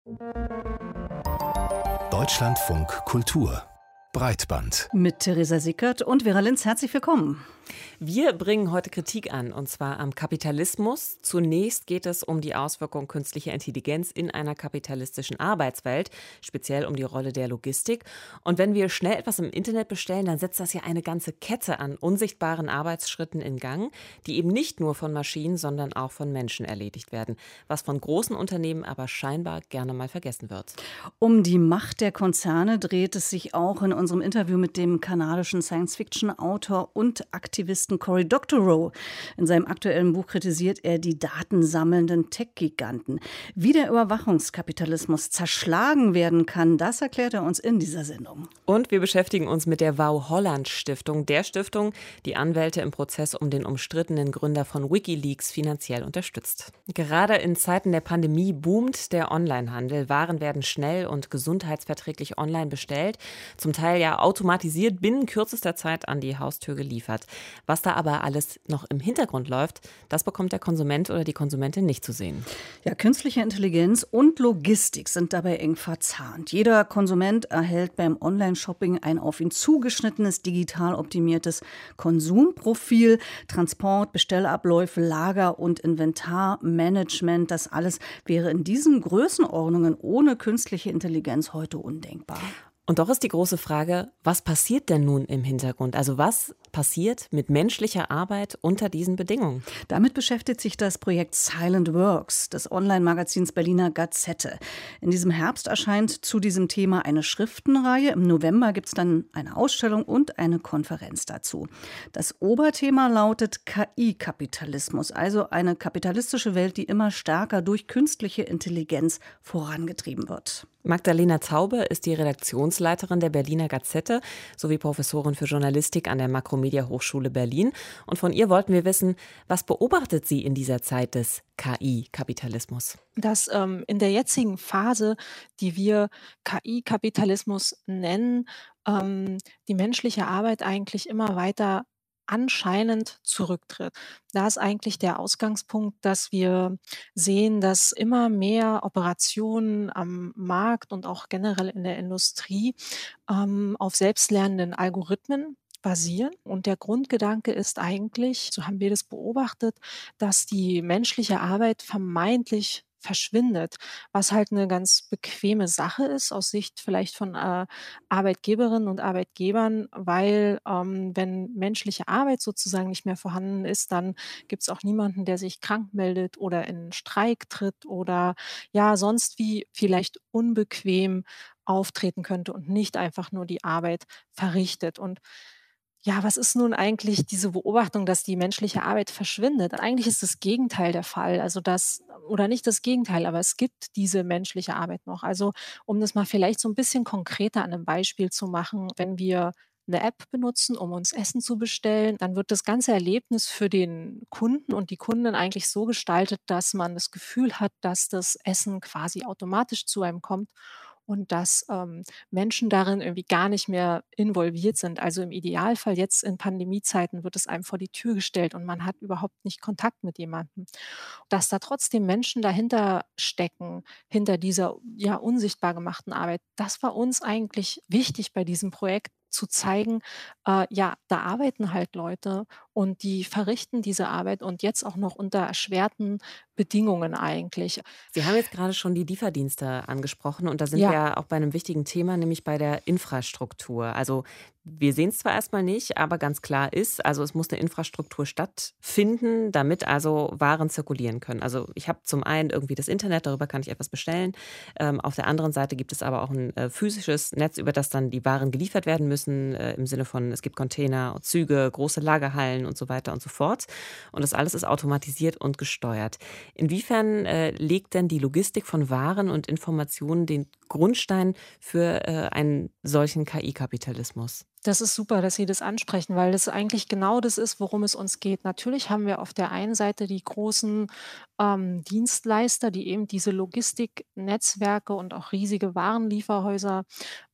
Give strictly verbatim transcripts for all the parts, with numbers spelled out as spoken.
Deutschlandfunk Kultur Breitband. Mit Theresa Sickert und Vera Linz, herzlich willkommen. Wir bringen heute Kritik an, und zwar am Kapitalismus. Zunächst geht es um die Auswirkungen künstlicher Intelligenz in einer kapitalistischen Arbeitswelt, speziell um die Rolle der Logistik. Und wenn wir schnell etwas im Internet bestellen, dann setzt das ja eine ganze Kette an unsichtbaren Arbeitsschritten in Gang, die eben nicht nur von Maschinen, sondern auch von Menschen erledigt werden, was von großen Unternehmen aber scheinbar gerne mal vergessen wird. Um die Macht der Konzerne dreht es sich auch in unserem Interview mit dem kanadischen Science-Fiction-Autor und Aktivisten Cory Doctorow. In seinem aktuellen Buch kritisiert er die datensammelnden Tech-Giganten. Wie der Überwachungskapitalismus zerschlagen werden kann, das erklärt er uns in dieser Sendung. Und wir beschäftigen uns mit der Wau Holland Stiftung, der Stiftung, die Anwälte im Prozess um den umstrittenen Gründer von WikiLeaks finanziell unterstützt. Gerade in Zeiten der Pandemie boomt der Onlinehandel. Waren werden schnell und gesundheitsverträglich online bestellt, zum Teil ja automatisiert binnen kürzester Zeit an die Haustür geliefert. Was da aber alles noch im Hintergrund läuft, das bekommt der Konsument oder die Konsumentin nicht zu sehen. Ja, künstliche Intelligenz und Logistik sind dabei eng verzahnt. Jeder Konsument erhält beim Online-Shopping ein auf ihn zugeschnittenes, digital optimiertes Konsumprofil. Transport, Bestellabläufe, Lager- und Inventarmanagement, das alles wäre in diesen Größenordnungen ohne künstliche Intelligenz heute undenkbar. Und doch ist die große Frage, was passiert denn nun im Hintergrund? Also was passiert mit menschlicher Arbeit unter diesen Bedingungen? Damit beschäftigt sich das Projekt Silent Works des Online-Magazins Berliner Gazette. In diesem Herbst erscheint zu diesem Thema eine Schriftenreihe. Im November gibt es dann eine Ausstellung und eine Konferenz dazu. Das Oberthema lautet K I-Kapitalismus, also eine kapitalistische Welt, die immer stärker durch künstliche Intelligenz vorangetrieben wird. Magdalena Taube ist die Redaktionsleiterin der Berliner Gazette sowie Professorin für Journalistik an der Makromedia Hochschule Berlin. Und von ihr wollten wir wissen, was beobachtet sie in dieser Zeit des K I-Kapitalismus? Dass ähm, in der jetzigen Phase, die wir K I-Kapitalismus nennen, ähm, die menschliche Arbeit eigentlich immer weiter anscheinend zurücktritt. Da ist eigentlich der Ausgangspunkt, dass wir sehen, dass immer mehr Operationen am Markt und auch generell in der Industrie ähm, auf selbstlernenden Algorithmen basieren. Und der Grundgedanke ist eigentlich, so haben wir das beobachtet, dass die menschliche Arbeit vermeintlich verschwindet, was halt eine ganz bequeme Sache ist aus Sicht vielleicht von äh, Arbeitgeberinnen und Arbeitgebern, weil ähm, wenn menschliche Arbeit sozusagen nicht mehr vorhanden ist, dann gibt es auch niemanden, der sich krank meldet oder in Streik tritt oder ja sonst wie vielleicht unbequem auftreten könnte und nicht einfach nur die Arbeit verrichtet. Und ja, was ist nun eigentlich diese Beobachtung, dass die menschliche Arbeit verschwindet? Eigentlich ist das Gegenteil der Fall. Also das, oder nicht das Gegenteil, aber es gibt diese menschliche Arbeit noch. Also um das mal vielleicht so ein bisschen konkreter an einem Beispiel zu machen, wenn wir eine App benutzen, um uns Essen zu bestellen, dann wird das ganze Erlebnis für den Kunden und die Kundin eigentlich so gestaltet, dass man das Gefühl hat, dass das Essen quasi automatisch zu einem kommt und dass ähm, Menschen darin irgendwie gar nicht mehr involviert sind. Also im Idealfall jetzt in Pandemiezeiten wird es einem vor die Tür gestellt und man hat überhaupt nicht Kontakt mit jemandem. Dass da trotzdem Menschen dahinter stecken, hinter dieser ja unsichtbar gemachten Arbeit, das war uns eigentlich wichtig bei diesem Projekt zu zeigen, äh, ja, da arbeiten halt Leute und die verrichten diese Arbeit und jetzt auch noch unter erschwerten Bedingungen eigentlich. Sie haben jetzt gerade schon die Lieferdienste angesprochen und da sind Ja. wir auch bei einem wichtigen Thema, nämlich bei der Infrastruktur. Also wir sehen es zwar erstmal nicht, aber ganz klar ist, also es muss eine Infrastruktur stattfinden, damit also Waren zirkulieren können. Also ich habe zum einen irgendwie das Internet, darüber kann ich etwas bestellen. Ähm, auf der anderen Seite gibt es aber auch ein äh, physisches Netz, über das dann die Waren geliefert werden müssen, äh, im Sinne von, es gibt Container, Züge, große Lagerhallen und so weiter und so fort. Und das alles ist automatisiert und gesteuert. Inwiefern äh, legt denn die Logistik von Waren und Informationen den Grundstein für äh, einen solchen K I-Kapitalismus? Das ist super, dass Sie das ansprechen, weil das eigentlich genau das ist, worum es uns geht. Natürlich haben wir auf der einen Seite die großen ähm, Dienstleister, die eben diese Logistiknetzwerke und auch riesige Warenlieferhäuser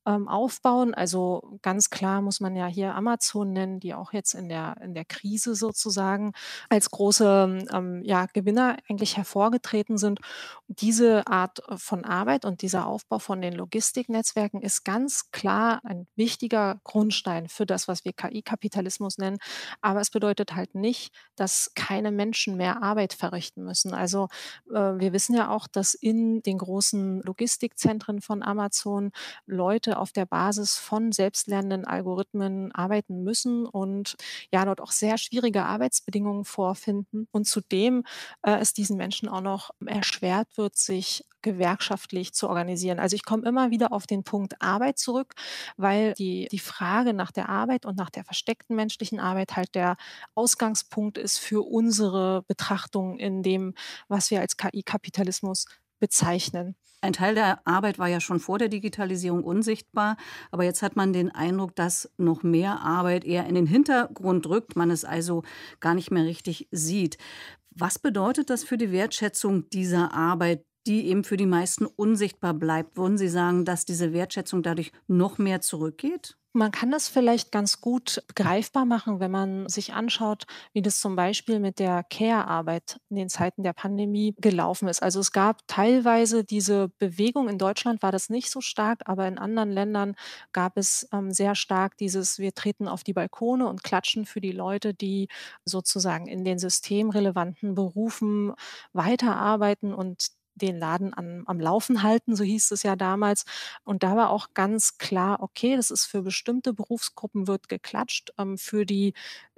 ähm, aufbauen. Also ganz klar muss man ja hier Amazon nennen, die auch jetzt in der in der Krise sozusagen als große, ähm, ja, Gewinner eigentlich hervorgetreten sind. Diese Art äh, von Arbeit und dieser Aufbau von den Logistiknetzwerken ist ganz klar ein wichtiger Grundstein für das, was wir K I-Kapitalismus nennen. Aber es bedeutet halt nicht, dass keine Menschen mehr Arbeit verrichten müssen. Also äh, wir wissen ja auch, dass in den großen Logistikzentren von Amazon Leute auf der Basis von selbstlernenden Algorithmen arbeiten müssen und ja dort auch sehr schwierige Arbeitsbedingungen vorfinden. Und zudem äh, es diesen Menschen auch noch erschwert wird, sich gewerkschaftlich zu organisieren. Also ich komme immer wieder auf den Punkt Arbeit zurück, weil die, die Frage nach der Arbeit und nach der versteckten menschlichen Arbeit halt der Ausgangspunkt ist für unsere Betrachtung in dem, was wir als K I-Kapitalismus bezeichnen. Ein Teil der Arbeit war ja schon vor der Digitalisierung unsichtbar, aber jetzt hat man den Eindruck, dass noch mehr Arbeit eher in den Hintergrund rückt, man es also gar nicht mehr richtig sieht. Was bedeutet das für die Wertschätzung dieser Arbeit, die eben für die meisten unsichtbar bleibt? Würden Sie sagen, dass diese Wertschätzung dadurch noch mehr zurückgeht? Man kann das vielleicht ganz gut greifbar machen, wenn man sich anschaut, wie das zum Beispiel mit der Care-Arbeit in den Zeiten der Pandemie gelaufen ist. Also es gab teilweise diese Bewegung, in Deutschland war das nicht so stark, aber in anderen Ländern gab es ähm, sehr stark dieses, wir treten auf die Balkone und klatschen für die Leute, die sozusagen in den systemrelevanten Berufen weiterarbeiten und den Laden an, am Laufen halten, so hieß es ja damals. Und da war auch ganz klar, okay, das ist für bestimmte Berufsgruppen wird geklatscht. Ähm, für die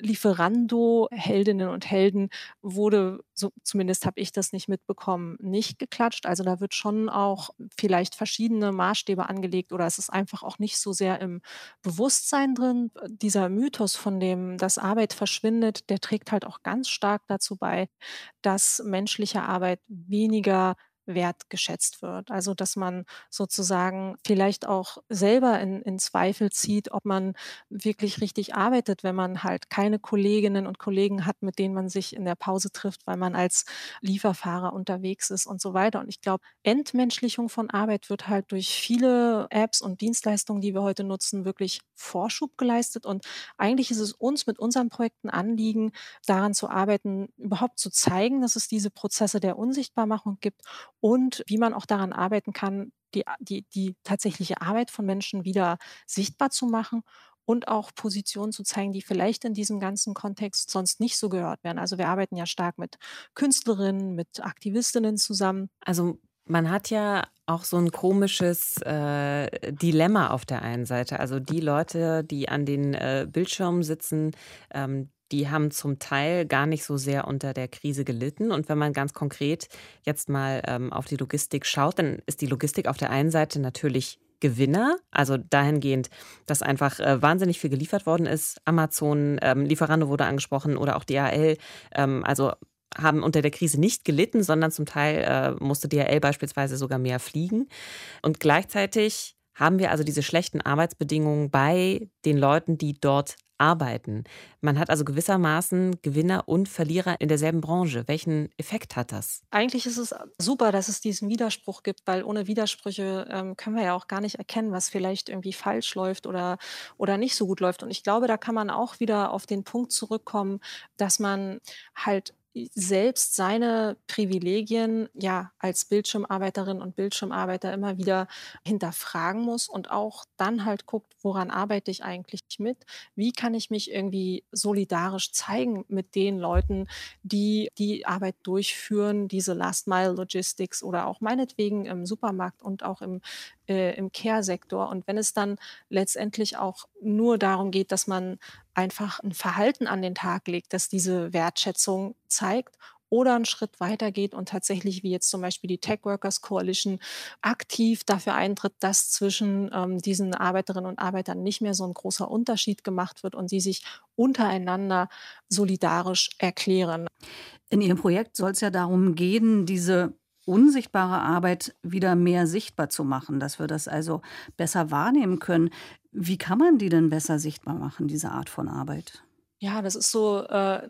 Lieferando-Heldinnen und Helden wurde, so zumindest habe ich das nicht mitbekommen, nicht geklatscht. Also da wird schon auch vielleicht verschiedene Maßstäbe angelegt oder es ist einfach auch nicht so sehr im Bewusstsein drin. Dieser Mythos von dem, dass Arbeit verschwindet, der trägt halt auch ganz stark dazu bei, dass menschliche Arbeit weniger wertgeschätzt wird. Also, dass man sozusagen vielleicht auch selber in in Zweifel zieht, ob man wirklich richtig arbeitet, wenn man halt keine Kolleginnen und Kollegen hat, mit denen man sich in der Pause trifft, weil man als Lieferfahrer unterwegs ist und so weiter. Und ich glaube, Entmenschlichung von Arbeit wird halt durch viele Apps und Dienstleistungen, die wir heute nutzen, wirklich Vorschub geleistet. Und eigentlich ist es uns mit unseren Projekten Anliegen, daran zu arbeiten, überhaupt zu zeigen, dass es diese Prozesse der Unsichtbarmachung gibt und wie man auch daran arbeiten kann, die die die tatsächliche Arbeit von Menschen wieder sichtbar zu machen und auch Positionen zu zeigen, die vielleicht in diesem ganzen Kontext sonst nicht so gehört werden. Also, wir arbeiten ja stark mit Künstlerinnen, mit Aktivistinnen zusammen. Also man hat ja auch so ein komisches äh, Dilemma auf der einen Seite. Also die Leute, die an den äh, Bildschirmen sitzen, ähm, die haben zum Teil gar nicht so sehr unter der Krise gelitten. Und wenn man ganz konkret jetzt mal ähm, auf die Logistik schaut, dann ist die Logistik auf der einen Seite natürlich Gewinner, also dahingehend, dass einfach äh, wahnsinnig viel geliefert worden ist. Amazon, ähm, Lieferando wurde angesprochen oder auch D H L, ähm, also haben unter der Krise nicht gelitten, sondern zum Teil äh, musste D H L beispielsweise sogar mehr fliegen. Und gleichzeitig haben wir also diese schlechten Arbeitsbedingungen bei den Leuten, die dort arbeiten. Man hat also gewissermaßen Gewinner und Verlierer in derselben Branche. Welchen Effekt hat das? Eigentlich ist es super, dass es diesen Widerspruch gibt, weil ohne Widersprüche ähm, können wir ja auch gar nicht erkennen, was vielleicht irgendwie falsch läuft oder, oder nicht so gut läuft. Und ich glaube, da kann man auch wieder auf den Punkt zurückkommen, dass man halt selbst seine Privilegien ja als Bildschirmarbeiterin und Bildschirmarbeiter immer wieder hinterfragen muss und auch dann halt guckt, woran arbeite ich eigentlich mit? Wie kann ich mich irgendwie solidarisch zeigen mit den Leuten, die die Arbeit durchführen, diese Last-Mile-Logistics oder auch meinetwegen im Supermarkt und auch im, äh, im Care-Sektor. Und wenn es dann letztendlich auch nur darum geht, dass man einfach ein Verhalten an den Tag legt, das diese Wertschätzung zeigt oder einen Schritt weitergeht und tatsächlich, wie jetzt zum Beispiel die Tech Workers Coalition, aktiv dafür eintritt, dass zwischen ähm, diesen Arbeiterinnen und Arbeitern nicht mehr so ein großer Unterschied gemacht wird und sie sich untereinander solidarisch erklären. In Ihrem Projekt soll es ja darum gehen, diese unsichtbare Arbeit wieder mehr sichtbar zu machen, dass wir das also besser wahrnehmen können. Wie kann man die denn besser sichtbar machen, diese Art von Arbeit? Ja, das ist so äh,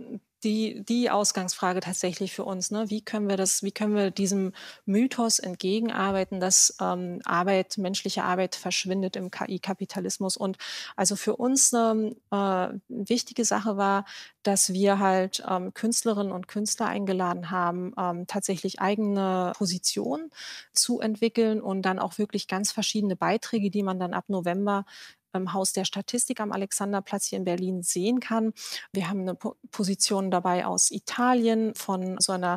die, die Ausgangsfrage tatsächlich für uns. Ne? Wie können wir das, wie können wir diesem Mythos entgegenarbeiten, dass ähm, Arbeit, menschliche Arbeit verschwindet im K I-Kapitalismus? Und also für uns eine äh, wichtige Sache war, dass wir halt ähm, Künstlerinnen und Künstler eingeladen haben, ähm, tatsächlich eigene Positionen zu entwickeln und dann auch wirklich ganz verschiedene Beiträge, die man dann ab November im Haus der Statistik am Alexanderplatz hier in Berlin sehen kann. Wir haben eine Po- Position dabei aus Italien von so einer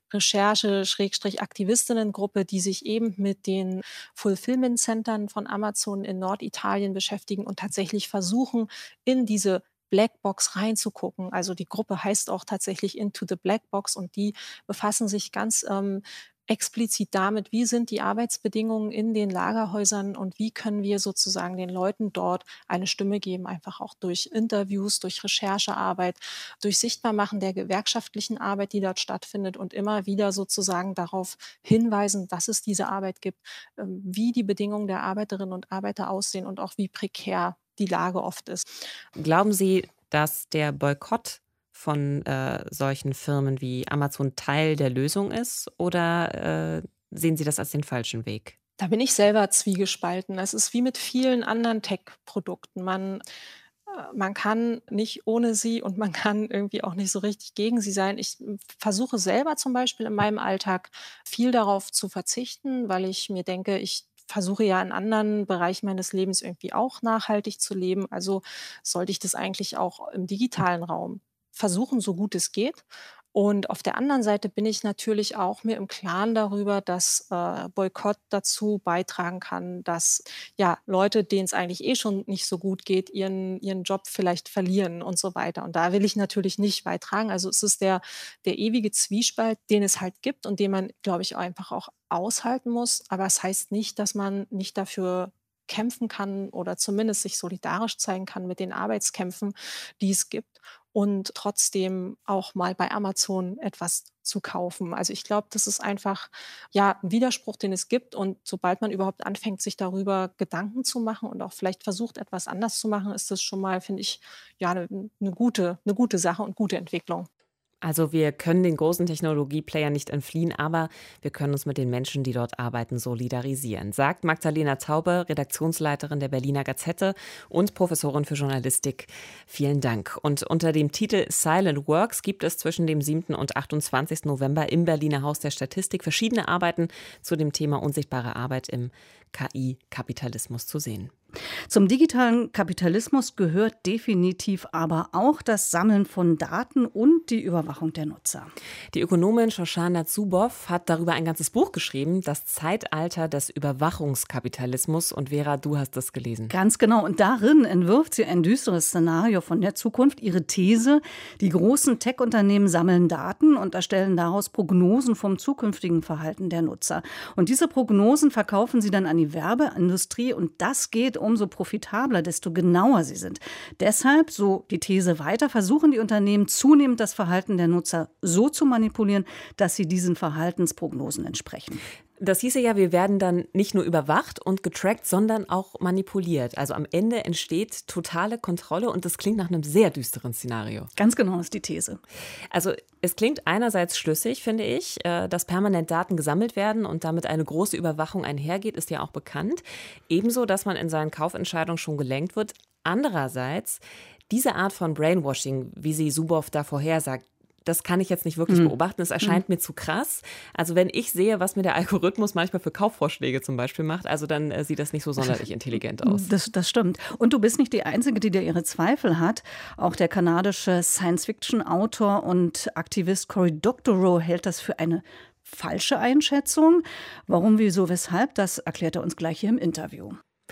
Recherche-Aktivistinnengruppe, die sich eben mit den Fulfillment-Centern von Amazon in Norditalien beschäftigen und tatsächlich versuchen, in diese Blackbox reinzugucken. Also die Gruppe heißt auch tatsächlich Into the Blackbox und die befassen sich ganz ähm, explizit damit, wie sind die Arbeitsbedingungen in den Lagerhäusern und wie können wir sozusagen den Leuten dort eine Stimme geben, einfach auch durch Interviews, durch Recherchearbeit, durch Sichtbarmachen der gewerkschaftlichen Arbeit, die dort stattfindet und immer wieder sozusagen darauf hinweisen, dass es diese Arbeit gibt, ähm, wie die Bedingungen der Arbeiterinnen und Arbeiter aussehen und auch wie prekär die Lage oft ist. Glauben Sie, dass der Boykott von äh, solchen Firmen wie Amazon Teil der Lösung ist oder äh, sehen Sie das als den falschen Weg? Da bin ich selber zwiegespalten. Es ist wie mit vielen anderen Tech-Produkten. Man, äh, man kann nicht ohne sie und man kann irgendwie auch nicht so richtig gegen sie sein. Ich äh, versuche selber zum Beispiel in meinem Alltag viel darauf zu verzichten, weil ich mir denke, ich versuche ja in anderen Bereichen meines Lebens irgendwie auch nachhaltig zu leben. Also sollte ich das eigentlich auch im digitalen Raum versuchen, so gut es geht. Und auf der anderen Seite bin ich natürlich auch mir im Klaren darüber, dass äh, Boykott dazu beitragen kann, dass ja Leute, denen es eigentlich eh schon nicht so gut geht, ihren, ihren Job vielleicht verlieren und so weiter. Und da will ich natürlich nicht beitragen. Also es ist der, der ewige Zwiespalt, den es halt gibt und den man, glaube ich, einfach auch aushalten muss. Aber es heißt nicht, dass man nicht dafür kämpfen kann oder zumindest sich solidarisch zeigen kann mit den Arbeitskämpfen, die es gibt und trotzdem auch mal bei Amazon etwas zu kaufen. Also ich glaube, das ist einfach ja ein Widerspruch, den es gibt. Und sobald man überhaupt anfängt, sich darüber Gedanken zu machen und auch vielleicht versucht, etwas anders zu machen, ist das schon mal, finde ich, ja eine, eine gute, eine gute Sache und gute Entwicklung. Also wir können den großen Technologieplayern nicht entfliehen, aber wir können uns mit den Menschen, die dort arbeiten, solidarisieren, sagt Magdalena Taube, Redaktionsleiterin der Berliner Gazette und Professorin für Journalistik. Vielen Dank. Und unter dem Titel Silent Works gibt es zwischen dem siebten und achtundzwanzigsten November im Berliner Haus der Statistik verschiedene Arbeiten zu dem Thema unsichtbare Arbeit im K I-Kapitalismus zu sehen. Zum digitalen Kapitalismus gehört definitiv aber auch das Sammeln von Daten und die Überwachung der Nutzer. Die Ökonomin Shoshana Zuboff hat darüber ein ganzes Buch geschrieben, Das Zeitalter des Überwachungskapitalismus. Und Vera, du hast das gelesen. Ganz genau. Und darin entwirft sie ein düsteres Szenario von der Zukunft. Ihre These, die großen Tech-Unternehmen sammeln Daten und erstellen daraus Prognosen vom zukünftigen Verhalten der Nutzer. Und diese Prognosen verkaufen sie dann an die Werbeindustrie. Und das geht umso profitabler, desto genauer sie sind. Deshalb, so die These weiter, versuchen die Unternehmen zunehmend das Verhalten der Nutzer so zu manipulieren, dass sie diesen Verhaltensprognosen entsprechen. Das hieße ja, wir werden dann nicht nur überwacht und getrackt, sondern auch manipuliert. Also am Ende entsteht totale Kontrolle und das klingt nach einem sehr düsteren Szenario. Ganz genau ist die These. Also es klingt einerseits schlüssig, finde ich, dass permanent Daten gesammelt werden und damit eine große Überwachung einhergeht, ist ja auch bekannt. Ebenso, dass man in seinen Kaufentscheidungen schon gelenkt wird. Andererseits, diese Art von Brainwashing, wie sie Zuboff da vorhersagt, das kann ich jetzt nicht wirklich mhm. beobachten. Es erscheint mhm. mir zu krass. Also wenn ich sehe, was mir der Algorithmus manchmal für Kaufvorschläge zum Beispiel macht, also dann äh, sieht das nicht so sonderlich intelligent aus. Das, das stimmt. Und du bist nicht die Einzige, die da ihre Zweifel hat. Auch der kanadische Science-Fiction-Autor und Aktivist Cory Doctorow hält das für eine falsche Einschätzung. Warum, wieso, weshalb, das erklärt er uns gleich hier im Interview.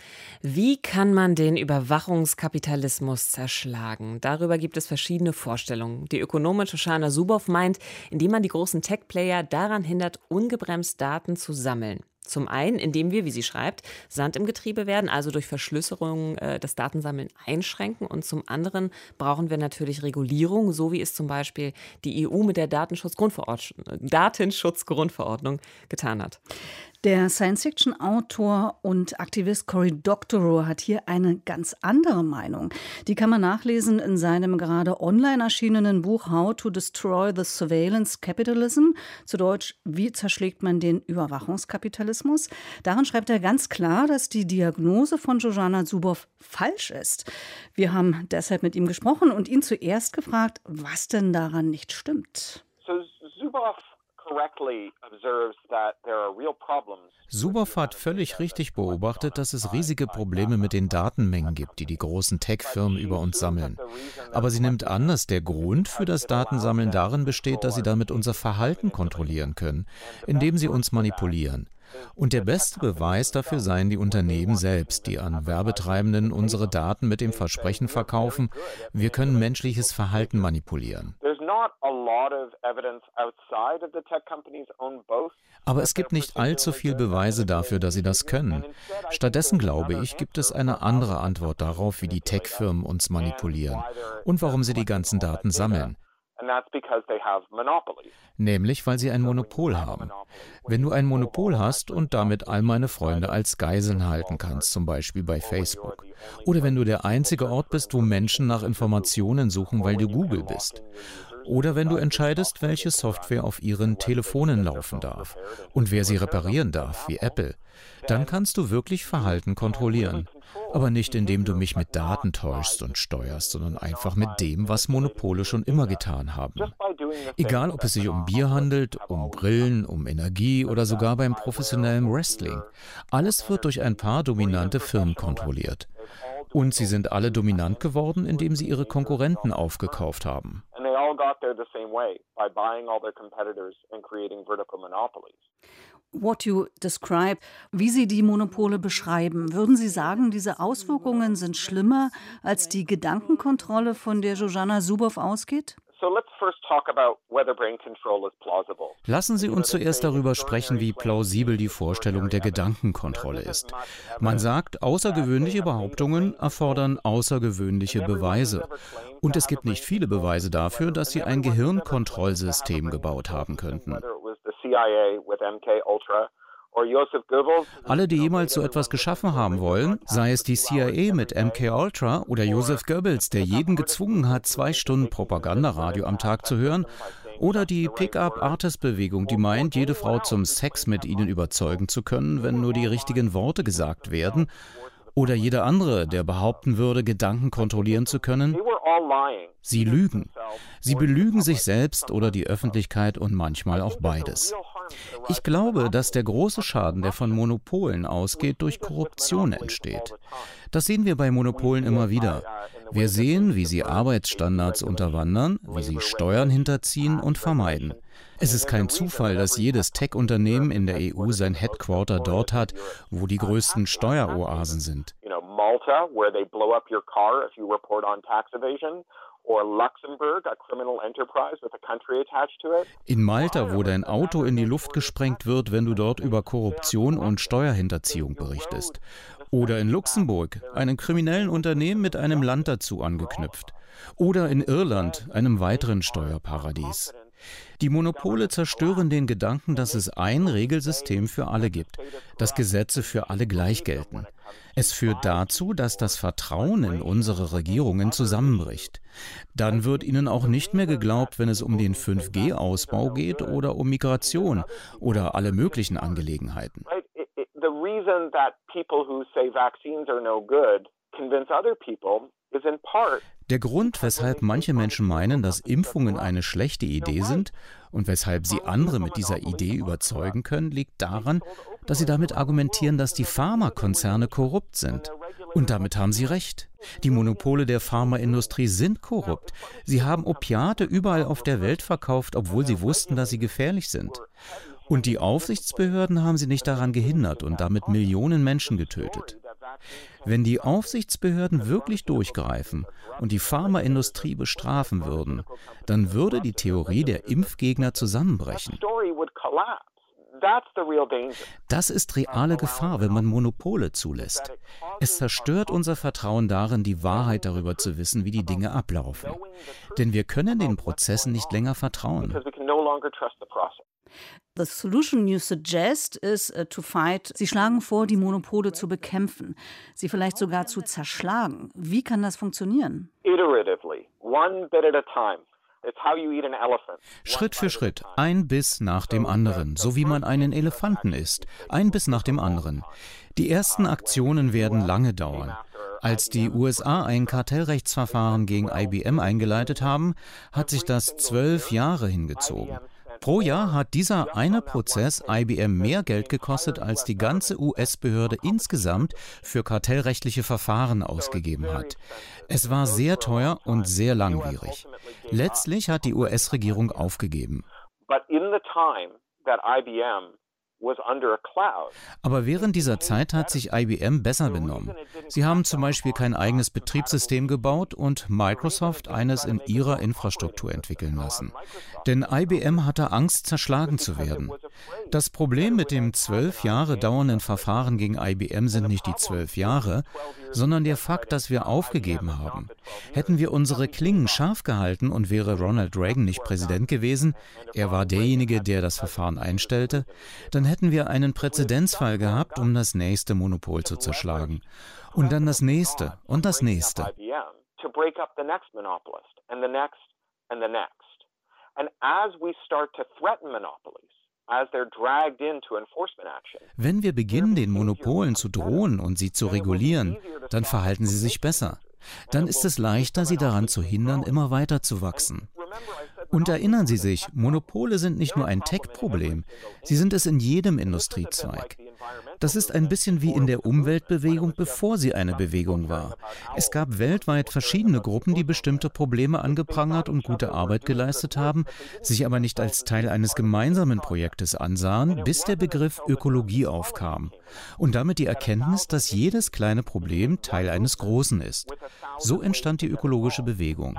Wie kann man den Überwachungskapitalismus zerschlagen? Darüber gibt es verschiedene Vorstellungen. Die Ökonomin Shoshana Zuboff meint, indem man die großen Tech-Player daran hindert, ungebremst Daten zu sammeln. Zum einen, indem wir, wie sie schreibt, Sand im Getriebe werden, also durch Verschlüsselung äh, das Datensammeln einschränken. Und zum anderen brauchen wir natürlich Regulierung, so wie es zum Beispiel die E U mit der Datenschutzgrundverordnung, Datenschutzgrundverordnung getan hat. Der Science-Fiction-Autor und Aktivist Cory Doctorow hat hier eine ganz andere Meinung. Die kann man nachlesen in seinem gerade online erschienenen Buch How to Destroy the Surveillance Capitalism, zu Deutsch Wie zerschlägt man den Überwachungskapitalismus. Darin schreibt er ganz klar, dass die Diagnose von Zsuzsanna Zuboff falsch ist. Wir haben deshalb mit ihm gesprochen und ihn zuerst gefragt, was denn daran nicht stimmt. So Zuboff Zuboff hat völlig richtig beobachtet, dass es riesige Probleme mit den Datenmengen gibt, die die großen Tech-Firmen über uns sammeln. Aber sie nimmt an, dass der Grund für das Datensammeln darin besteht, dass sie damit unser Verhalten kontrollieren können, indem sie uns manipulieren. Und der beste Beweis dafür seien die Unternehmen selbst, die an Werbetreibenden unsere Daten mit dem Versprechen verkaufen, wir können menschliches Verhalten manipulieren. Aber es gibt nicht allzu viel Beweise dafür, dass sie das können. Stattdessen, glaube ich, gibt es eine andere Antwort darauf, wie die Tech-Firmen uns manipulieren und warum sie die ganzen Daten sammeln. Nämlich, weil sie ein Monopol haben. Wenn du ein Monopol hast und damit all meine Freunde als Geiseln halten kannst, zum Beispiel bei Facebook. Oder wenn du der einzige Ort bist, wo Menschen nach Informationen suchen, weil du Google bist. Oder wenn du entscheidest, welche Software auf ihren Telefonen laufen darf und wer sie reparieren darf, wie Apple. Dann kannst du wirklich Verhalten kontrollieren. Aber nicht, indem du mich mit Daten täuschst und steuerst, sondern einfach mit dem, was Monopole schon immer getan haben. Egal, ob es sich um Bier handelt, um Brillen, um Energie oder sogar beim professionellen Wrestling. Alles wird durch ein paar dominante Firmen kontrolliert. Und sie sind alle dominant geworden, indem sie ihre Konkurrenten aufgekauft haben. What you describe, wie Sie die Monopole beschreiben, würden Sie sagen, diese Auswirkungen sind schlimmer als die Gedankenkontrolle, von der Zsuzsanna Zuboff ausgeht? Lassen Sie uns zuerst darüber sprechen, wie plausibel die Vorstellung der Gedankenkontrolle ist. Man sagt, außergewöhnliche Behauptungen erfordern außergewöhnliche Beweise. Und es gibt nicht viele Beweise dafür, dass Sie ein Gehirnkontrollsystem gebaut haben könnten. Alle, die jemals so etwas geschaffen haben wollen, sei es die C I A mit M K Ultra oder Joseph Goebbels, der jeden gezwungen hat, zwei Stunden Propagandaradio am Tag zu hören, oder die Pick-up-Artist-Bewegung, die meint, jede Frau zum Sex mit ihnen überzeugen zu können, wenn nur die richtigen Worte gesagt werden, oder jeder andere, der behaupten würde, Gedanken kontrollieren zu können. Sie lügen. Sie belügen sich selbst oder die Öffentlichkeit und manchmal auch beides. Ich glaube, dass der große Schaden, der von Monopolen ausgeht, durch Korruption entsteht. Das sehen wir bei Monopolen immer wieder. Wir sehen, wie sie Arbeitsstandards unterwandern, wie sie Steuern hinterziehen und vermeiden. Es ist kein Zufall, dass jedes Tech-Unternehmen in der E U sein Headquarter dort hat, wo die größten Steueroasen sind. Malta, where they blow up your car if you report on tax evasion. Or Luxembourg, a criminal enterprise with a country attached to it. In Malta, wo dein Auto in die Luft gesprengt wird, wenn du dort über Korruption und Steuerhinterziehung berichtest. Oder in Luxemburg, einem kriminellen Unternehmen mit einem Land dazu angeknüpft. Oder in Irland, einem weiteren Steuerparadies. Die Monopole zerstören den Gedanken, dass es ein Regelsystem für alle gibt, dass Gesetze für alle gleich gelten. Es führt dazu, dass das Vertrauen in unsere Regierungen zusammenbricht. Dann wird ihnen auch nicht mehr geglaubt, wenn es um den fünf G Ausbau geht oder um Migration oder alle möglichen Angelegenheiten. The reason that people who say vaccines are no good convince other people is in part. Der Grund, weshalb manche Menschen meinen, dass Impfungen eine schlechte Idee sind und weshalb sie andere mit dieser Idee überzeugen können, liegt daran, dass sie damit argumentieren, dass die Pharmakonzerne korrupt sind. Und damit haben sie recht. Die Monopole der Pharmaindustrie sind korrupt. Sie haben Opiate überall auf der Welt verkauft, obwohl sie wussten, dass sie gefährlich sind. Und die Aufsichtsbehörden haben sie nicht daran gehindert und damit Millionen Menschen getötet. Wenn die Aufsichtsbehörden wirklich durchgreifen und die Pharmaindustrie bestrafen würden, dann würde die Theorie der Impfgegner zusammenbrechen. Das ist reale Gefahr, wenn man Monopole zulässt. Es zerstört unser Vertrauen darin, die Wahrheit darüber zu wissen, wie die Dinge ablaufen. Denn wir können den Prozessen nicht länger vertrauen. The solution you suggest is uh, to fight. Sie schlagen vor, die Monopole zu bekämpfen, sie vielleicht sogar zu zerschlagen. Wie kann das funktionieren? Iteratively, one bit at a time. It's how you eat an elephant. Schritt für Schritt, ein Biss nach dem anderen, so wie man einen Elefanten isst, ein Biss nach dem anderen. Die ersten Aktionen werden lange dauern. Als die U S A ein Kartellrechtsverfahren gegen I B M eingeleitet haben, hat sich das zwölf Jahre hingezogen. Pro Jahr hat dieser eine Prozess I B M mehr Geld gekostet, als die ganze U S-Behörde insgesamt für kartellrechtliche Verfahren ausgegeben hat. Es war sehr teuer und sehr langwierig. Letztlich hat die U S-Regierung aufgegeben. Aber während dieser Zeit hat sich I B M besser benommen. Sie haben zum Beispiel kein eigenes Betriebssystem gebaut und Microsoft eines in ihrer Infrastruktur entwickeln lassen. Denn I B M hatte Angst, zerschlagen zu werden. Das Problem mit dem zwölf Jahre dauernden Verfahren gegen I B M sind nicht die zwölf Jahre, sondern der Fakt, dass wir aufgegeben haben. Hätten wir unsere Klingen scharf gehalten und wäre Ronald Reagan nicht Präsident gewesen, er war derjenige, der das Verfahren einstellte, dann hätten wir einen Präzedenzfall gehabt, um das nächste Monopol zu zerschlagen. Und dann das nächste und das nächste. Wenn wir beginnen, den Monopolen zu drohen und sie zu regulieren, dann verhalten sie sich besser. Dann ist es leichter, sie daran zu hindern, immer weiter zu wachsen. Und erinnern Sie sich, Monopole sind nicht nur ein Tech-Problem, sie sind es in jedem Industriezweig. Das ist ein bisschen wie in der Umweltbewegung, bevor sie eine Bewegung war. Es gab weltweit verschiedene Gruppen, die bestimmte Probleme angeprangert und gute Arbeit geleistet haben, sich aber nicht als Teil eines gemeinsamen Projektes ansahen, bis der Begriff Ökologie aufkam. Und damit die Erkenntnis, dass jedes kleine Problem Teil eines Großen ist. So entstand die ökologische Bewegung.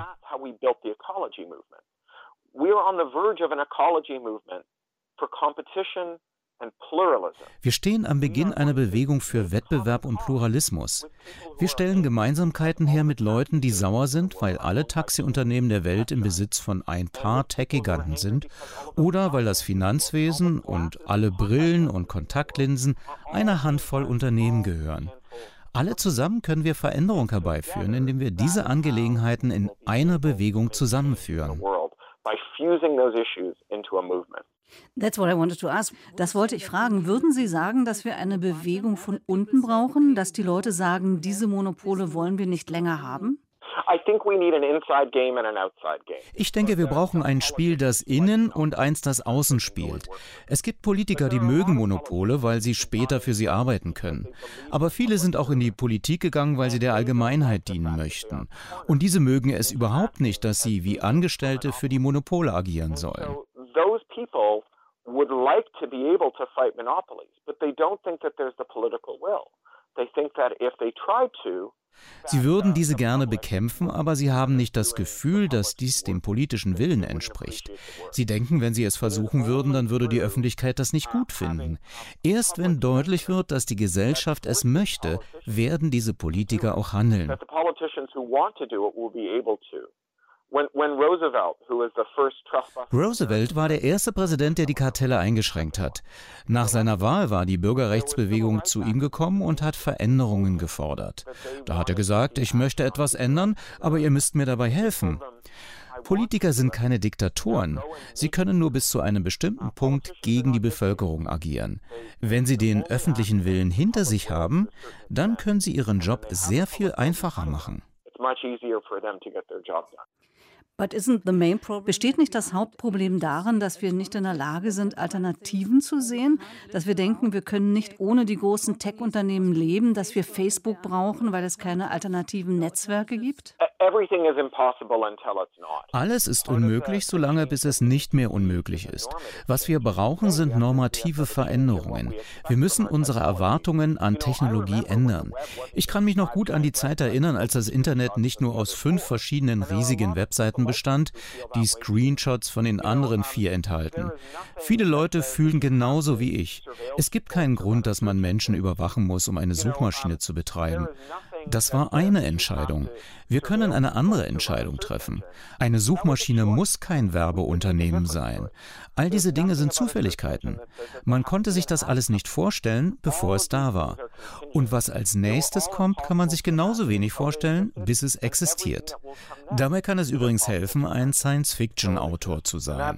Wir stehen am Beginn einer Bewegung für Wettbewerb und Pluralismus. Wir stellen Gemeinsamkeiten her mit Leuten, die sauer sind, weil alle Taxiunternehmen der Welt im Besitz von ein paar Tech-Giganten sind oder weil das Finanzwesen und alle Brillen und Kontaktlinsen einer Handvoll Unternehmen gehören. Alle zusammen können wir Veränderung herbeiführen, indem wir diese Angelegenheiten in einer Bewegung zusammenführen. That's what I wanted to ask. Das wollte ich fragen. Würden Sie sagen, dass wir eine Bewegung von unten brauchen, dass die Leute sagen, diese Monopole wollen wir nicht länger haben? Ich denke, wir brauchen ein Spiel, das innen und eins, das außen spielt. Es gibt Politiker, die mögen Monopole, weil sie später für sie arbeiten können. Aber viele sind auch in die Politik gegangen, weil sie der Allgemeinheit dienen möchten. Und diese mögen es überhaupt nicht, dass sie wie Angestellte für die Monopole agieren sollen. Would like to be able to fight monopolies, but they don't think that there's the political will. They think that if they try to, Sie würden diese gerne bekämpfen, aber sie haben nicht das Gefühl, dass dies dem politischen Willen entspricht. Sie denken, wenn sie es versuchen würden, dann würde die Öffentlichkeit das nicht gut finden. Erst wenn deutlich wird, dass die Gesellschaft es möchte, werden diese Politiker auch handeln. Roosevelt war der erste Präsident, der die Kartelle eingeschränkt hat. Nach seiner Wahl war die Bürgerrechtsbewegung zu ihm gekommen und hat Veränderungen gefordert. Da hat er gesagt, ich möchte etwas ändern, aber ihr müsst mir dabei helfen. Politiker sind keine Diktatoren. Sie können nur bis zu einem bestimmten Punkt gegen die Bevölkerung agieren. Wenn sie den öffentlichen Willen hinter sich haben, dann können sie ihren Job sehr viel einfacher machen. But isn't the main problem? Besteht nicht das Hauptproblem darin, dass wir nicht in der Lage sind, Alternativen zu sehen? Dass wir denken, wir können nicht ohne die großen Tech-Unternehmen leben, dass wir Facebook brauchen, weil es keine alternativen Netzwerke gibt? Alles ist unmöglich, solange bis es nicht mehr unmöglich ist. Was wir brauchen, sind normative Veränderungen. Wir müssen unsere Erwartungen an Technologie ändern. Ich kann mich noch gut an die Zeit erinnern, als das Internet nicht nur aus fünf verschiedenen riesigen Webseiten bestand, die Screenshots von den anderen vier enthalten. Viele Leute fühlen genauso wie ich. Es gibt keinen Grund, dass man Menschen überwachen muss, um eine Suchmaschine zu betreiben. Das war eine Entscheidung. Wir können eine andere Entscheidung treffen. Eine Suchmaschine muss kein Werbeunternehmen sein. All diese Dinge sind Zufälligkeiten. Man konnte sich das alles nicht vorstellen, bevor es da war. Und was als nächstes kommt, kann man sich genauso wenig vorstellen, bis es existiert. Dabei kann es übrigens helfen, ein Science-Fiction-Autor zu sein.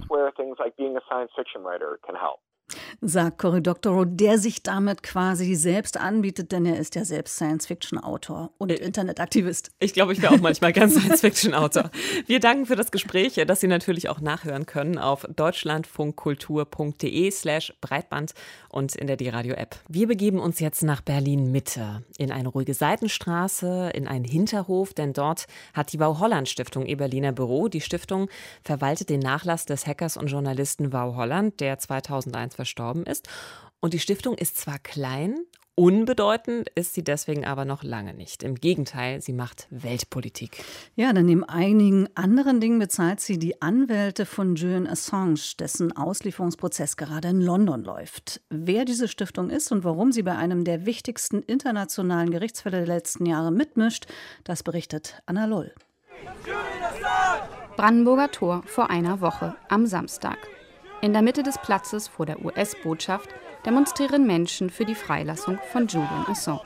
Sagt Cory Doctorow, der sich damit quasi selbst anbietet, denn er ist ja selbst Science-Fiction-Autor und äh, Internetaktivist. Ich glaube, ich wäre auch manchmal ganz Science-Fiction-Autor. Wir danken für das Gespräch, das Sie natürlich auch nachhören können auf deutschlandfunkkultur.de slash Breitband und in der D-Radio-App. Wir begeben uns jetzt nach Berlin-Mitte, in eine ruhige Seitenstraße, in einen Hinterhof, denn dort hat die Wau-Holland-Stiftung ihr Berliner Büro. Die Stiftung verwaltet den Nachlass des Hackers und Journalisten Wau Holland, der zweitausendeins verstorben ist. Und die Stiftung ist zwar klein, unbedeutend ist sie deswegen aber noch lange nicht. Im Gegenteil, sie macht Weltpolitik. Ja, denn neben einigen anderen Dingen bezahlt sie die Anwälte von Julian Assange, dessen Auslieferungsprozess gerade in London läuft. Wer diese Stiftung ist und warum sie bei einem der wichtigsten internationalen Gerichtsfälle der letzten Jahre mitmischt, das berichtet Anna Loll. Brandenburger Tor vor einer Woche am Samstag. In der Mitte des Platzes vor der U S-Botschaft demonstrieren Menschen für die Freilassung von Julian Assange.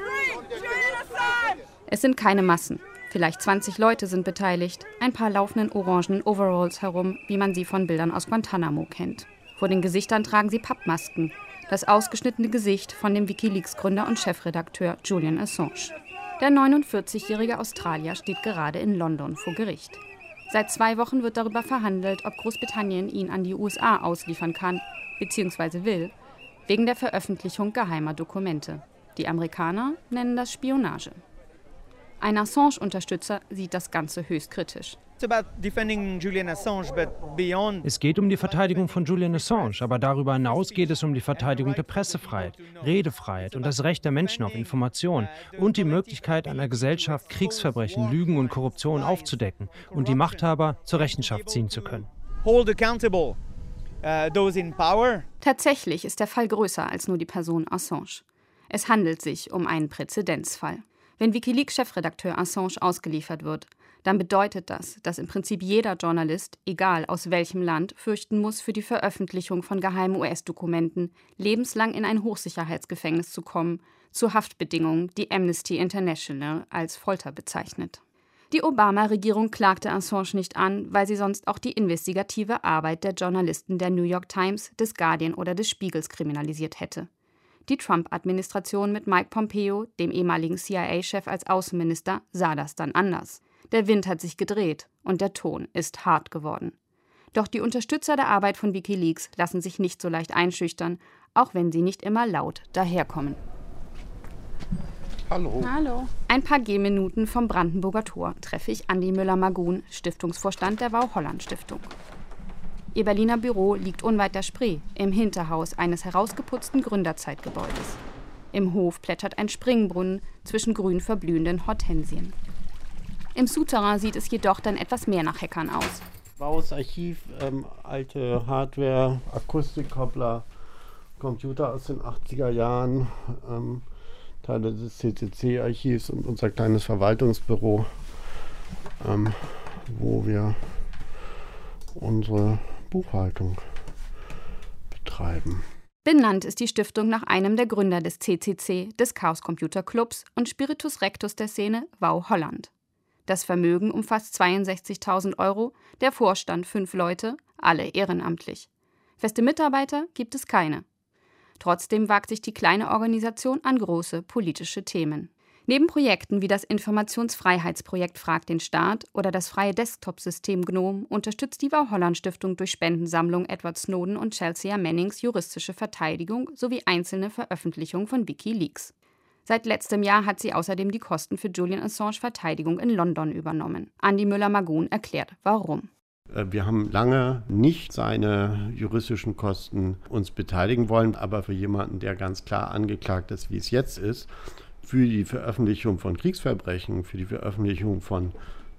Es sind keine Massen. Vielleicht zwanzig Leute sind beteiligt. Ein paar laufen in orangen Overalls herum, wie man sie von Bildern aus Guantanamo kennt. Vor den Gesichtern tragen sie Pappmasken. Das ausgeschnittene Gesicht von dem WikiLeaks-Gründer und Chefredakteur Julian Assange. Der neunundvierzigjährige Australier steht gerade in London vor Gericht. Seit zwei Wochen wird darüber verhandelt, ob Großbritannien ihn an die U S A ausliefern kann, bzw. will, wegen der Veröffentlichung geheimer Dokumente. Die Amerikaner nennen das Spionage. Ein Assange-Unterstützer sieht das Ganze höchst kritisch. Es geht um die Verteidigung von Julian Assange, aber darüber hinaus geht es um die Verteidigung der Pressefreiheit, Redefreiheit und das Recht der Menschen auf Information und die Möglichkeit einer Gesellschaft, Kriegsverbrechen, Lügen und Korruption aufzudecken und die Machthaber zur Rechenschaft ziehen zu können. Tatsächlich ist der Fall größer als nur die Person Assange. Es handelt sich um einen Präzedenzfall. Wenn WikiLeaks-Chefredakteur Assange ausgeliefert wird, dann bedeutet das, dass im Prinzip jeder Journalist, egal aus welchem Land, fürchten muss, für die Veröffentlichung von geheimen U S-Dokumenten lebenslang in ein Hochsicherheitsgefängnis zu kommen, zu Haftbedingungen, die Amnesty International als Folter bezeichnet. Die Obama-Regierung klagte Assange nicht an, weil sie sonst auch die investigative Arbeit der Journalisten der New York Times, des Guardian oder des Spiegels kriminalisiert hätte. Die Trump-Administration mit Mike Pompeo, dem ehemaligen C I A-Chef als Außenminister, sah das dann anders. Der Wind hat sich gedreht und der Ton ist hart geworden. Doch die Unterstützer der Arbeit von WikiLeaks lassen sich nicht so leicht einschüchtern, auch wenn sie nicht immer laut daherkommen. Hallo. Hallo. Ein paar Gehminuten vom Brandenburger Tor treffe ich Andi Müller-Magun, Stiftungsvorstand der Wau-Holland-Stiftung. Ihr Berliner Büro liegt unweit der Spree, im Hinterhaus eines herausgeputzten Gründerzeitgebäudes. Im Hof plätschert ein Springbrunnen zwischen grün verblühenden Hortensien. Im Souterrain sieht es jedoch dann etwas mehr nach Hackern aus. Baus Archiv, ähm, alte Hardware, Akustikkoppler, Computer aus den achtziger Jahren, ähm, Teile des C C C-Archivs und unser kleines Verwaltungsbüro, ähm, wo wir unsere Buchhaltung betreiben. Benannt ist die Stiftung nach einem der Gründer des C C C, des Chaos Computer Clubs und Spiritus Rectus der Szene, Wau Holland. Das Vermögen umfasst zweiundsechzigtausend Euro, der Vorstand fünf Leute, alle ehrenamtlich. Feste Mitarbeiter gibt es keine. Trotzdem wagt sich die kleine Organisation an große politische Themen. Neben Projekten wie das Informationsfreiheitsprojekt Frag den Staat oder das freie Desktop-System GNOME unterstützt die Wau Holland Stiftung durch Spendensammlung Edward Snowden und Chelsea Mannings juristische Verteidigung sowie einzelne Veröffentlichungen von WikiLeaks. Seit letztem Jahr hat sie außerdem die Kosten für Julian Assange Verteidigung in London übernommen. Andi Müller-Magun erklärt, warum. Wir haben lange nicht seine juristischen Kosten uns beteiligen wollen, aber für jemanden, der ganz klar angeklagt ist, wie es jetzt ist, für die Veröffentlichung von Kriegsverbrechen, für die Veröffentlichung von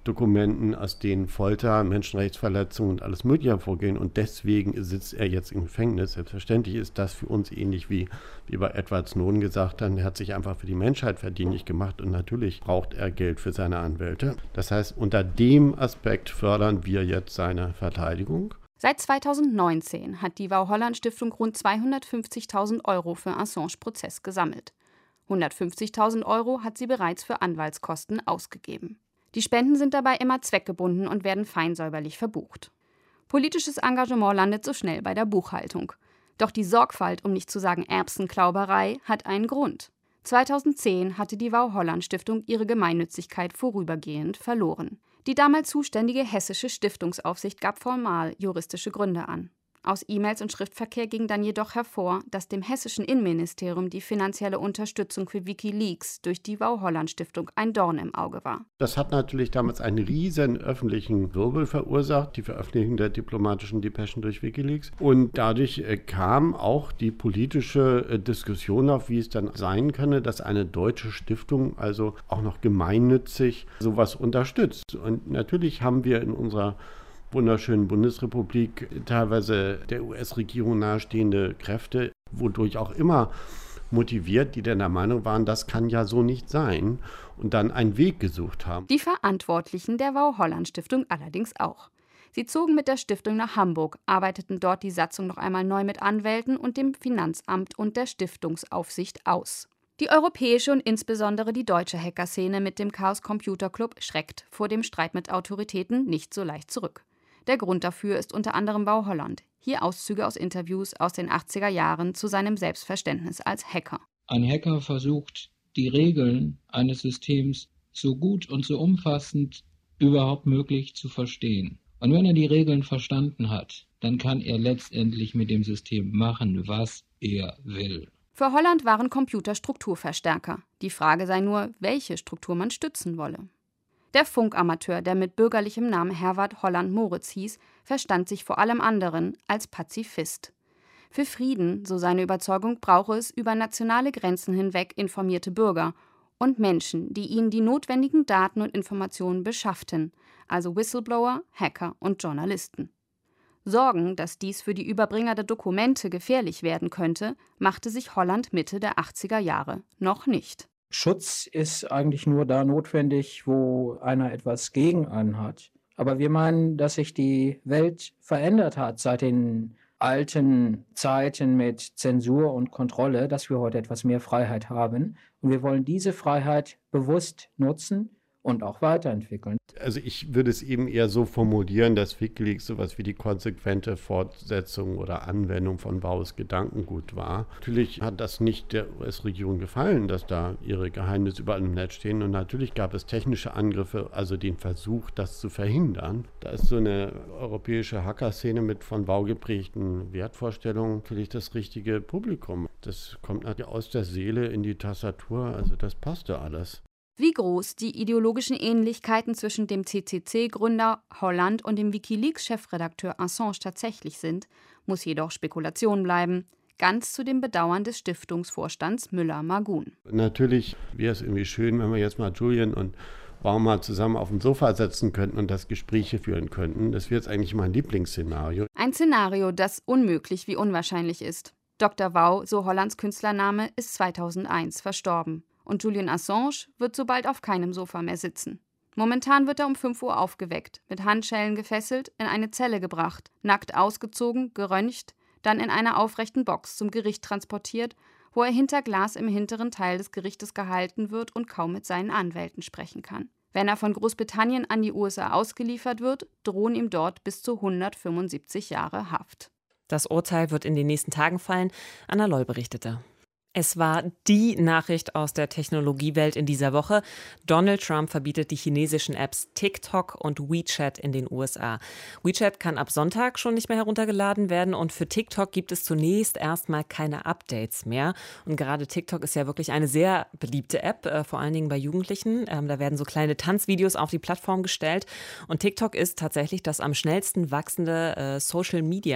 Dokumenten, aus denen Folter, Menschenrechtsverletzungen und alles Mögliche hervorgehen. Und deswegen sitzt er jetzt im Gefängnis. Selbstverständlich ist das für uns ähnlich wie, wie bei Edward Snowden gesagt hat. Er hat sich einfach für die Menschheit verdienlich gemacht und natürlich braucht er Geld für seine Anwälte. Das heißt, unter dem Aspekt fördern wir jetzt seine Verteidigung. Seit zweitausendneunzehn hat die Wau-Holland-Stiftung rund zweihundertfünfzigtausend Euro für Assange Prozess gesammelt. hundertfünfzigtausend Euro hat sie bereits für Anwaltskosten ausgegeben. Die Spenden sind dabei immer zweckgebunden und werden feinsäuberlich verbucht. Politisches Engagement landet so schnell bei der Buchhaltung. Doch die Sorgfalt, um nicht zu sagen Erbsenklauberei, hat einen Grund. zweitausendzehn hatte die Wau-Holland-Stiftung ihre Gemeinnützigkeit vorübergehend verloren. Die damals zuständige hessische Stiftungsaufsicht gab formal juristische Gründe an. Aus E-Mails und Schriftverkehr ging dann jedoch hervor, dass dem hessischen Innenministerium die finanzielle Unterstützung für WikiLeaks durch die Wau-Holland-Stiftung ein Dorn im Auge war. Das hat natürlich damals einen riesen öffentlichen Wirbel verursacht, die Veröffentlichung der diplomatischen Depeschen durch WikiLeaks. Und dadurch äh, kam auch die politische äh, Diskussion auf, wie es dann sein könne, dass eine deutsche Stiftung also auch noch gemeinnützig sowas unterstützt. Und natürlich haben wir in unserer wunderschönen Bundesrepublik teilweise der U S-Regierung nahestehende Kräfte, wodurch auch immer motiviert, die dann der Meinung waren, das kann ja so nicht sein und dann einen Weg gesucht haben. Die Verantwortlichen der Wau-Holland-Stiftung allerdings auch. Sie zogen mit der Stiftung nach Hamburg, arbeiteten dort die Satzung noch einmal neu mit Anwälten und dem Finanzamt und der Stiftungsaufsicht aus. Die europäische und insbesondere die deutsche Hackerszene mit dem Chaos Computer Club schreckt vor dem Streit mit Autoritäten nicht so leicht zurück. Der Grund dafür ist unter anderem Wau-Holland. Hier Auszüge aus Interviews aus den achtziger Jahren zu seinem Selbstverständnis als Hacker. Ein Hacker versucht, die Regeln eines Systems so gut und so umfassend überhaupt möglich zu verstehen. Und wenn er die Regeln verstanden hat, dann kann er letztendlich mit dem System machen, was er will. Für Holland waren Computer Strukturverstärker. Die Frage sei nur, welche Struktur man stützen wolle. Der Funkamateur, der mit bürgerlichem Namen Herwart Holland Moritz hieß, verstand sich vor allem anderen als Pazifist. Für Frieden, so seine Überzeugung, brauche es über nationale Grenzen hinweg informierte Bürger und Menschen, die ihnen die notwendigen Daten und Informationen beschafften, also Whistleblower, Hacker und Journalisten. Sorgen, dass dies für die Überbringer der Dokumente gefährlich werden könnte, machte sich Holland Mitte der achtziger Jahre noch nicht. Schutz ist eigentlich nur da notwendig, wo einer etwas gegen einen hat. Aber wir meinen, dass sich die Welt verändert hat seit den alten Zeiten mit Zensur und Kontrolle, dass wir heute etwas mehr Freiheit haben. Und wir wollen diese Freiheit bewusst nutzen und auch weiterentwickeln. Also ich würde es eben eher so formulieren, dass WikiLeaks sowas wie die konsequente Fortsetzung oder Anwendung von Waus Gedankengut war. Natürlich hat das nicht der U S-Regierung gefallen, dass da ihre Geheimnisse überall im Netz stehen. Und natürlich gab es technische Angriffe, also den Versuch, das zu verhindern. Da ist so eine europäische Hacker-Szene mit von Wau geprägten Wertvorstellungen natürlich das richtige Publikum. Das kommt natürlich aus der Seele in die Tastatur, also das passte alles. Wie groß die ideologischen Ähnlichkeiten zwischen dem C C C-Gründer Holland und dem WikiLeaks-Chefredakteur Assange tatsächlich sind, muss jedoch Spekulation bleiben. Ganz zu dem Bedauern des Stiftungsvorstands Müller-Magun. Natürlich wäre es irgendwie schön, wenn wir jetzt mal Julian und Wau mal zusammen auf dem Sofa setzen könnten und das Gespräche führen könnten. Das wäre jetzt eigentlich mein Lieblingsszenario. Ein Szenario, das unmöglich wie unwahrscheinlich ist. Doktor Wau, so Hollands Künstlername, ist zweitausendeins verstorben. Und Julian Assange wird so bald auf keinem Sofa mehr sitzen. Momentan wird er um fünf Uhr aufgeweckt, mit Handschellen gefesselt, in eine Zelle gebracht, nackt ausgezogen, geröntgt, dann in einer aufrechten Box zum Gericht transportiert, wo er hinter Glas im hinteren Teil des Gerichtes gehalten wird und kaum mit seinen Anwälten sprechen kann. Wenn er von Großbritannien an die U S A ausgeliefert wird, drohen ihm dort bis zu hundertfünfundsiebzig Jahre Haft. Das Urteil wird in den nächsten Tagen fallen. Anna Loll berichtete. Es war die Nachricht aus der Technologiewelt in dieser Woche. Donald Trump verbietet die chinesischen Apps TikTok und WeChat in den U S A. WeChat kann ab Sonntag schon nicht mehr heruntergeladen werden und für TikTok gibt es zunächst erstmal keine Updates mehr. Und gerade TikTok ist ja wirklich eine sehr beliebte App, äh, vor allen Dingen bei Jugendlichen. Ähm, da werden so kleine Tanzvideos auf die Plattform gestellt und TikTok ist tatsächlich das am schnellsten wachsende äh, Social Media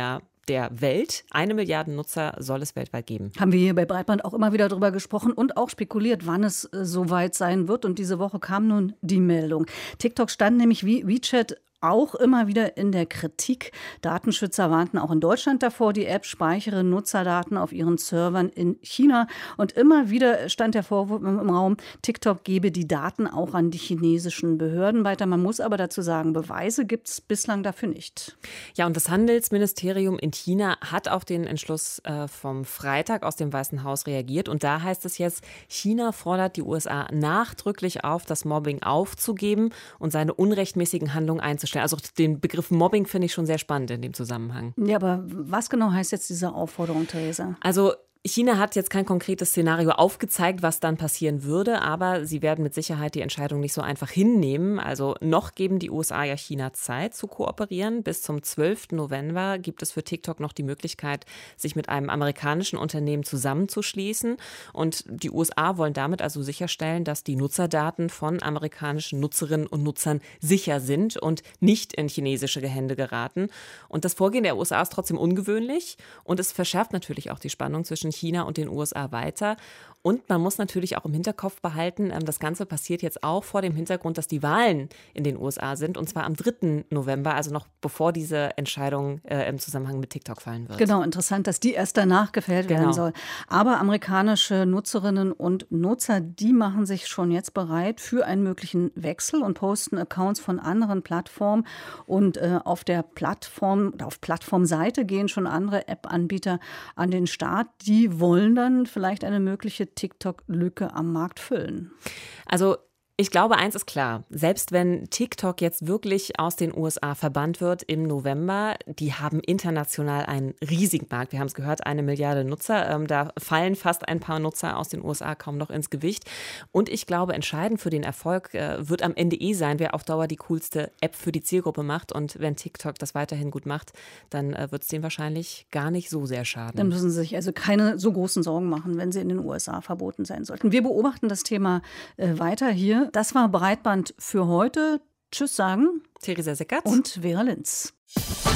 der Welt. Eine Milliarde Nutzer soll es weltweit geben. Haben wir hier bei Breitband auch immer wieder drüber gesprochen und auch spekuliert, wann es äh, soweit sein wird. Und diese Woche kam nun die Meldung. TikTok stand nämlich wie WeChat auch immer wieder in der Kritik. Datenschützer warnten auch in Deutschland davor, die App speichere Nutzerdaten auf ihren Servern in China. Und immer wieder stand der Vorwurf im Raum, TikTok gebe die Daten auch an die chinesischen Behörden weiter. Man muss aber dazu sagen, Beweise gibt es bislang dafür nicht. Ja, und das Handelsministerium in China hat auf den Entschluss äh, vom Freitag aus dem Weißen Haus reagiert. Und da heißt es jetzt, China fordert die U S A nachdrücklich auf, das Mobbing aufzugeben und seine unrechtmäßigen Handlungen einzustellen. Also den Begriff Mobbing finde ich schon sehr spannend in dem Zusammenhang. Ja, aber was genau heißt jetzt diese Aufforderung, Theresa? Also China hat jetzt kein konkretes Szenario aufgezeigt, was dann passieren würde, aber sie werden mit Sicherheit die Entscheidung nicht so einfach hinnehmen. Also noch geben die U S A ja China Zeit zu kooperieren. Bis zum zwölften November gibt es für TikTok noch die Möglichkeit, sich mit einem amerikanischen Unternehmen zusammenzuschließen. Und die U S A wollen damit also sicherstellen, dass die Nutzerdaten von amerikanischen Nutzerinnen und Nutzern sicher sind und nicht in chinesische Hände geraten. Und das Vorgehen der U S A ist trotzdem ungewöhnlich und es verschärft natürlich auch die Spannung zwischen China und den U S A weiter. Und man muss natürlich auch im Hinterkopf behalten, das Ganze passiert jetzt auch vor dem Hintergrund, dass die Wahlen in den U S A sind, und zwar am dritten November, also noch bevor diese Entscheidung äh, im Zusammenhang mit TikTok fallen wird. Genau, interessant, dass die erst danach gefällt Genau. werden soll. Aber amerikanische Nutzerinnen und Nutzer, die machen sich schon jetzt bereit für einen möglichen Wechsel und posten Accounts von anderen Plattformen. Und äh, auf der Plattform, oder auf Plattformseite gehen schon andere App-Anbieter an den Start. Die wollen dann vielleicht eine mögliche TikTok-Lücke am Markt füllen. Also ich glaube, eins ist klar, selbst wenn TikTok jetzt wirklich aus den U S A verbannt wird im November, die haben international einen riesigen Markt. Wir haben es gehört, eine Milliarde Nutzer. Ähm, da fallen fast ein paar Nutzer aus den U S A kaum noch ins Gewicht. Und ich glaube, entscheidend für den Erfolg äh, wird am Ende eh sein, wer auf Dauer die coolste App für die Zielgruppe macht. Und wenn TikTok das weiterhin gut macht, dann äh, wird es denen wahrscheinlich gar nicht so sehr schaden. Dann müssen Sie sich also keine so großen Sorgen machen, wenn sie in den U S A verboten sein sollten. Wir beobachten das Thema äh, weiter hier. Das war Breitband für heute. Tschüss sagen. Theresa Seckert und Vera Linz.